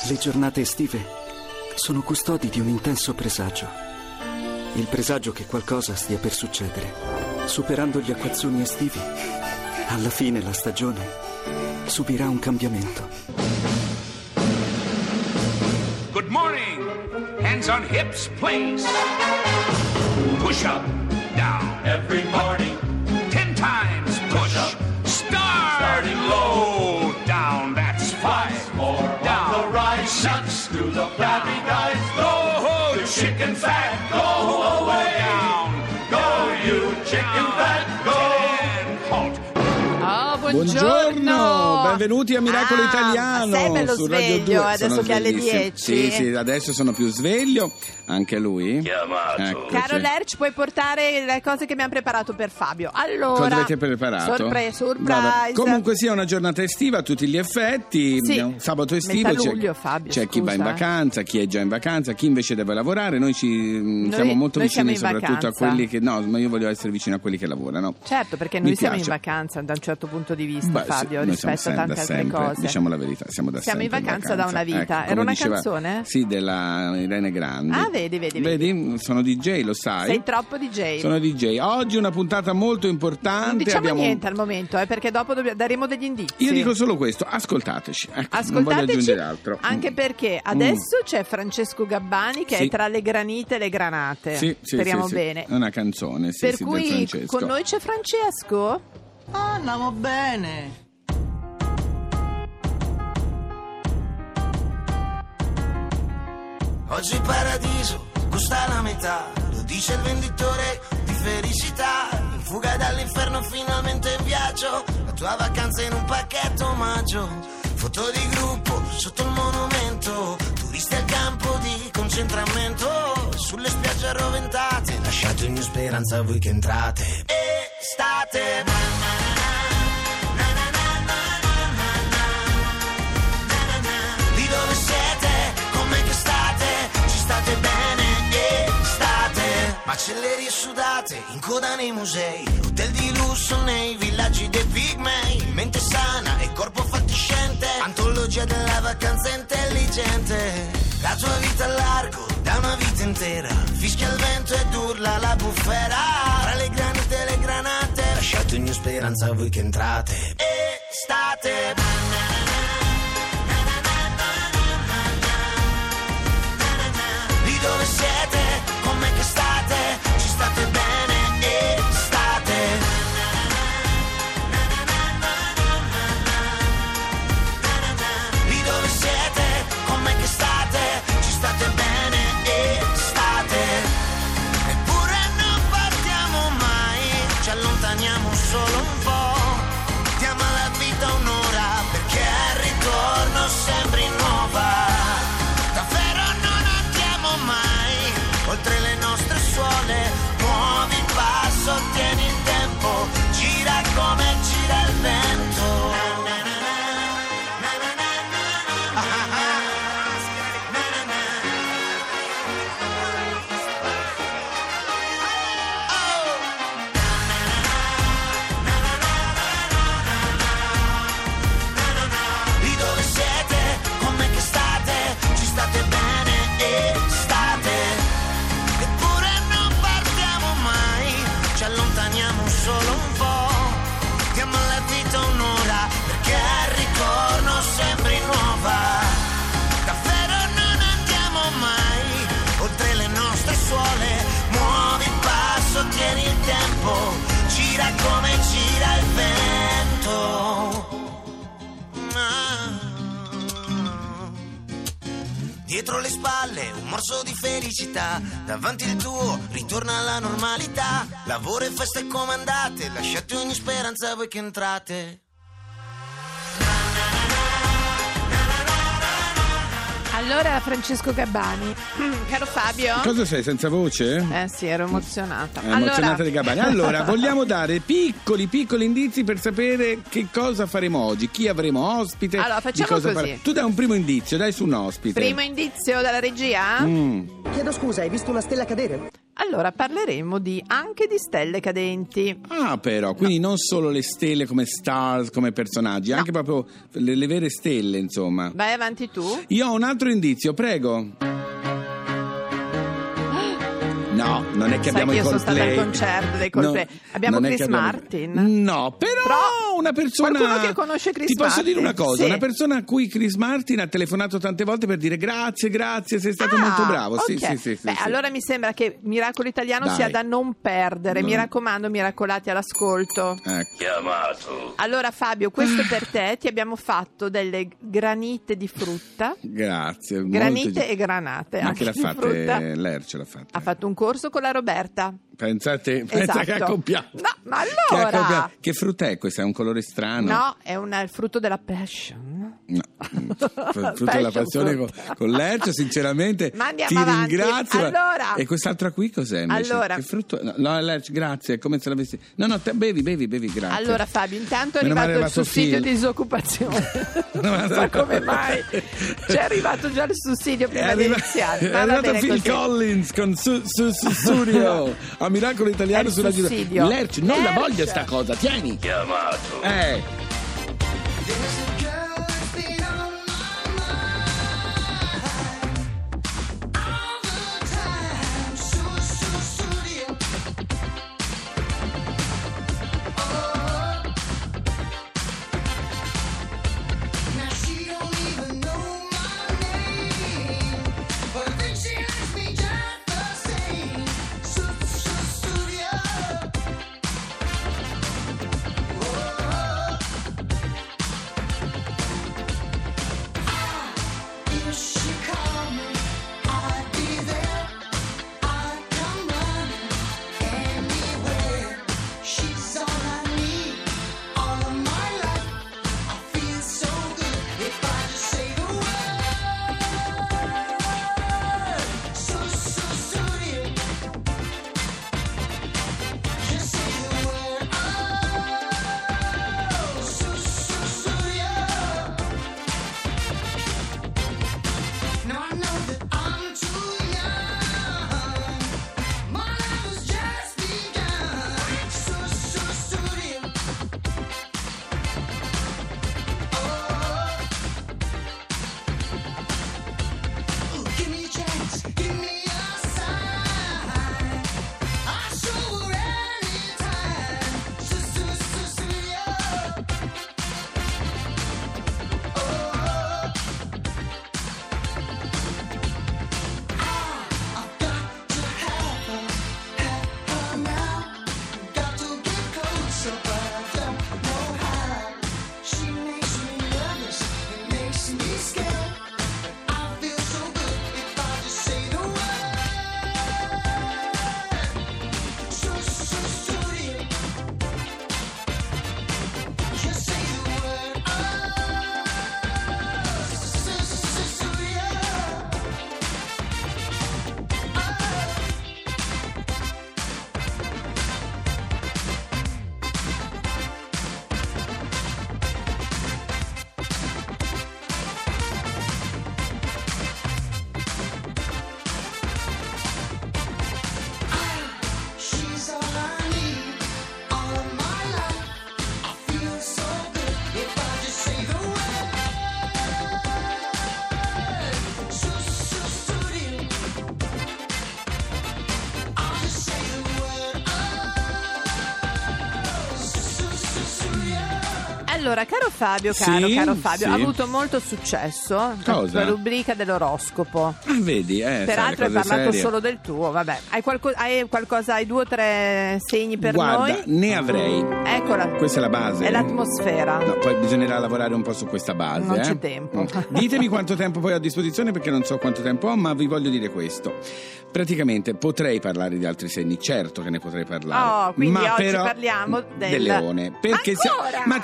Le giornate estive sono custodi di un intenso presagio. Il presagio che qualcosa stia per succedere. Superando gli acquazzoni estivi, alla fine la stagione subirà un cambiamento. Good morning. Hands on hips, please. Push up, down. Every morning. 10 times push up. Starting low, down. That's 5 more. Down. On the right. 6 to the flabby guys. Go, chicken fat. Go away. Down. Go, you chicken fat. Go. Halt. Buongiorno, benvenuti a Miracolo Italiano. Sei bello su sveglio Radio 2. adesso Sono che è alle sveglissimo. 10. Sì, adesso sono più sveglio. Anche lui. Chiamato. Eccoci. Caro Lerch, puoi portare le cose che abbiamo preparato per Fabio. Allora, Cosa avete preparato? Surprise. Vabbè. Comunque sia una giornata estiva a tutti gli effetti. Sì. Sabato estivo Metà luglio, Fabio, c'è chi va in scusa. vacanza, chi è già in vacanza, chi invece deve lavorare. Noi siamo molto noi vicini siamo in soprattutto a vacanza. quelli che no, ma io voglio essere vicino a quelli che lavorano. certo, perché Mi noi siamo in piace. vacanza da un certo punto di vista, Beh, sì, Fabio, noi siamo rispetto a tante da altre sempre, cose. diciamo la verità, siamo in Siamo in vacanza da una vita. Ecco, Era come una diceva- canzone? Sì, della Irene Grandi. Ah, vedi. Sono DJ, lo sai. Sei troppo DJ. Sono DJ. Oggi una puntata molto importante. Non diciamo abbiamo... niente al momento, perché dopo daremo degli indizi. Io dico solo questo, ascoltateci. Ecco, non voglio Ascoltateci, aggiungere altro. anche perché adesso c'è Francesco Gabbani che Sì. è tra le granite e le granate. Sì, Speriamo sì. bene. È una canzone, sì, Per sì, cui del Francesco. con noi c'è Francesco. Andiamo bene. Oggi il paradiso costa la metà, lo dice il venditore di felicità. In fuga dall'inferno, finalmente in viaggio, la tua vacanza in un pacchetto omaggio. Foto di gruppo sotto il monumento, turisti al campo di concentramento. Sulle spiagge arroventate, lasciate ogni speranza a voi che entrate. Estate. Lì dove siete, con me che state, ci state bene e state. Macellerie sudate, in coda nei musei, hotel di lusso nei villaggi dei pigmei. Mente sana e corpo fatiscente, antologia della vacanza intelligente. La tua vita a largo, da una vita intera, fischia il vento ed urla la bufera. Tra le granite e le granate, lasciate ogni speranza a voi che entrate. Estate. Lì dove siete, con me che state, ci state bene e state. Lì dove siete, con me che state, ci state bene e state. Eppure non partiamo mai, ci allontaniamo solo un po'. Diamo alla vita un'ora, perché al ritorno sembri nuova. Davvero non andiamo mai oltre le nostre suole. Muovi il passo, tieni il tempo, gira come gira il vento. Lì dove siete, con me che state, ci state bene e state. Eppure non partiamo mai, ci allontaniamo solo un po'. Diamo alla vita un'ora, perché al ritorno sembri nuova. Davvero non andiamo mai oltre le nostre suole. Muovi il passo, tieni il tempo, gira come gira il vento. Dietro le spalle un morso di felicità, davanti il tuo ritorna alla normalità. Lavoro e feste comandate, lasciate ogni speranza a voi che entrate. Allora, Francesco Gabbani. Caro Fabio. Cosa sei, senza voce? Sì, ero emozionata. Emozionata di Gabbani. Allora, vogliamo dare piccoli indizi per sapere che cosa faremo oggi, chi avremo ospite. Allora, facciamo di cosa così. Tu dai un primo indizio, dai su un ospite. Primo indizio dalla regia? Chiedo scusa, hai visto una stella cadere? Allora parleremo anche di stelle cadenti. Ah, però, quindi non solo le stelle come stars, come personaggi, anche proprio le vere stelle, insomma. Vai avanti tu. Io ho un altro indizio, prego. No, non è che abbiamo i Coldplay. Sai che io sono stata al concerto dei Coldplay. Abbiamo Chris Martin. No, però una persona... Qualcuno che conosce Chris Martin. Ti posso dire una cosa, sì. Una persona a cui Chris Martin ha telefonato tante volte per dire grazie, sei stato molto bravo. Okay. Sì. Allora mi sembra che Miracolo Italiano sia da non perdere. Mi raccomando, miracolati all'ascolto. Ecco. Chiamato. Allora Fabio, questo per te, ti abbiamo fatto delle granite di frutta. Grazie. Granite e granate. Ma che l'ha fatta? Frutta. Lerce l'ha fatta. Ha fatto un corso con la Roberta. Pensa che ha accoppiato. No, ma allora che frutta è questa? È un colore strano? No, è il frutto della passion. No, il frutto della passione con Lercio, sinceramente. Ma andiamo ti avanti. ringrazio. Allora. E quest'altra qui cos'è invece? Allora. Che frutto? No, Lercio, grazie, è come se l'avessi. No, bevi, grazie. Allora Fabio, intanto è Meno male arrivato il sussidio Phil. di disoccupazione. Non so come mai c'è arrivato già il sussidio prima di iniziare. È arrivato Phil Collins con Studio a Miracolo Italiano sulla sussidio. Lercio, non la Lercio. voglio sta cosa, tieni. Chiamato. Allora, caro Fabio, Sì, ha sì. avuto molto successo Cosa? la rubrica dell'oroscopo. Ah, vedi, Peraltro hai sai, le cose parlato serie. solo del tuo, vabbè. Hai qualcosa, hai 2 o 3 segni per Guarda, noi? ne avrei. Eccola. Questa è la base. È l'atmosfera. No, poi bisognerà lavorare un po' su questa base. Non c'è tempo. Ditemi quanto tempo poi ho a disposizione, perché non so quanto tempo ho, ma vi voglio dire questo. Praticamente potrei parlare di altri segni, certo che ne potrei parlare. Oh, quindi ma oggi però parliamo del leone. Perché Ancora? ma certo, stiamo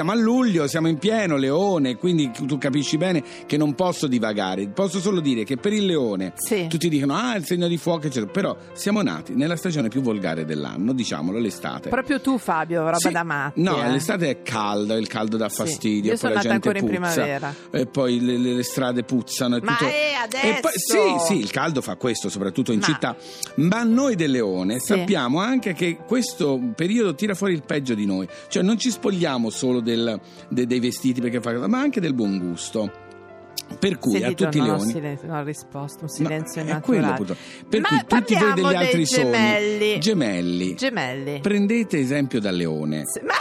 siamo a luglio, siamo in pieno Leone, quindi tu capisci bene che non posso divagare. Posso solo dire che per il Leone tutti dicono il segno di fuoco, eccetera. Però siamo nati nella stagione più volgare dell'anno, diciamolo, l'estate. Proprio tu, Fabio, roba da matti. No, l'estate è calda, il caldo dà fastidio. Io sono nata ancora puzza, in primavera. E poi le strade puzzano. Ma tutto. adesso? E poi, sì, il caldo fa questo, soprattutto in città. Ma noi del Leone sappiamo anche che questo periodo tira fuori il peggio di noi. Cioè non ci spogliamo solo dei vestiti perché ma anche del buon gusto. Per cui a tutti i leoni non ho risposto, un silenzio è naturale. Quello, per cui tutti voi degli altri gemelli. Prendete esempio dal leone.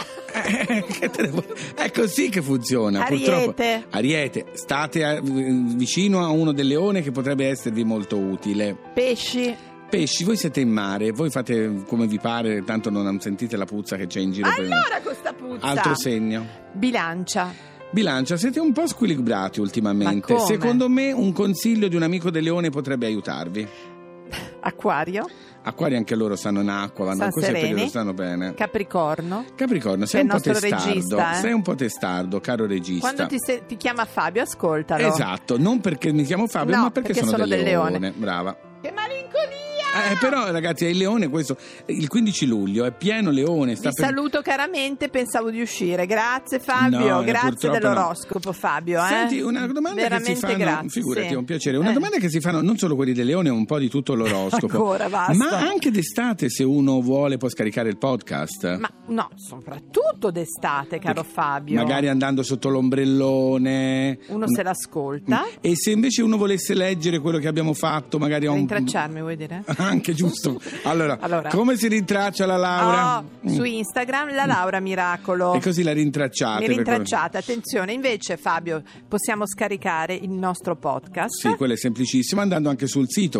È così che funziona. Ariete. Purtroppo state vicino a uno del leone che potrebbe esservi molto utile. Pesci, voi siete in mare, voi fate come vi pare, tanto non sentite la puzza che c'è in giro. Allora questa puzza. Altro segno. Bilancia, siete un po' squilibrati ultimamente. Ma come? Secondo me un consiglio di un amico del leone potrebbe aiutarvi. Acquario anche loro stanno in acqua, vanno in questo periodo, stanno bene. Capricorno, sei un po' testardo. Regista, Sei un po' testardo, caro regista. Quando ti chiama Fabio, ascoltalo. Esatto, non perché mi chiamo Fabio, ma perché sono del leone. Brava. Che malinconia! Però ragazzi, è il leone questo. Il 15 luglio è pieno leone. Vi saluto caramente, pensavo di uscire. Grazie Fabio, grazie dell'oroscopo Fabio. Senti, una domanda veramente che si fanno, grazie. Figurati, è un piacere. Una domanda che si fanno non solo quelli del leone, un po' di tutto l'oroscopo. Ancora, basta. Ma anche d'estate, se uno vuole, può scaricare il podcast. Ma no, soprattutto d'estate, caro Fabio. Magari andando sotto l'ombrellone. Uno se l'ascolta. E se invece uno volesse leggere quello che abbiamo fatto, magari rintracciarmi, vuoi dire? Anche giusto. Allora, come si rintraccia la Laura? Su Instagram la Laura Miracolo. E così la rintracciate. Mi rintracciate, attenzione. Invece Fabio, possiamo scaricare il nostro podcast. Sì, quello è semplicissimo, andando anche sul sito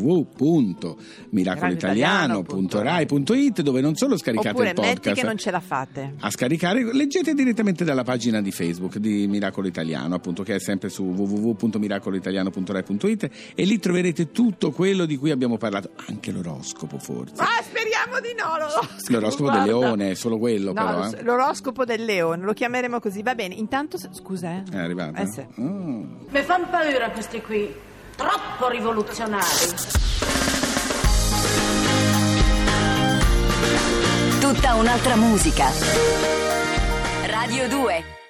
www.miracolitaliano.rai.it, dove non solo scaricate oppure il podcast. metti che non ce la fate a scaricare, leggete direttamente dalla pagina di Facebook di Miracolo Italiano, appunto, che è sempre su www.miracolitaliano.rai.it, e lì troverete tutto quello di cui abbiamo parlato, anche l'oroscopo forse. Speriamo di no, l'oroscopo del leone, è solo quello. No, però. L'oroscopo del leone, lo chiameremo così, va bene. Intanto, scusa, è arrivato. Sì. Mi fanno paura questi qui, troppo rivoluzionari. Tutta un'altra musica. Radio 2.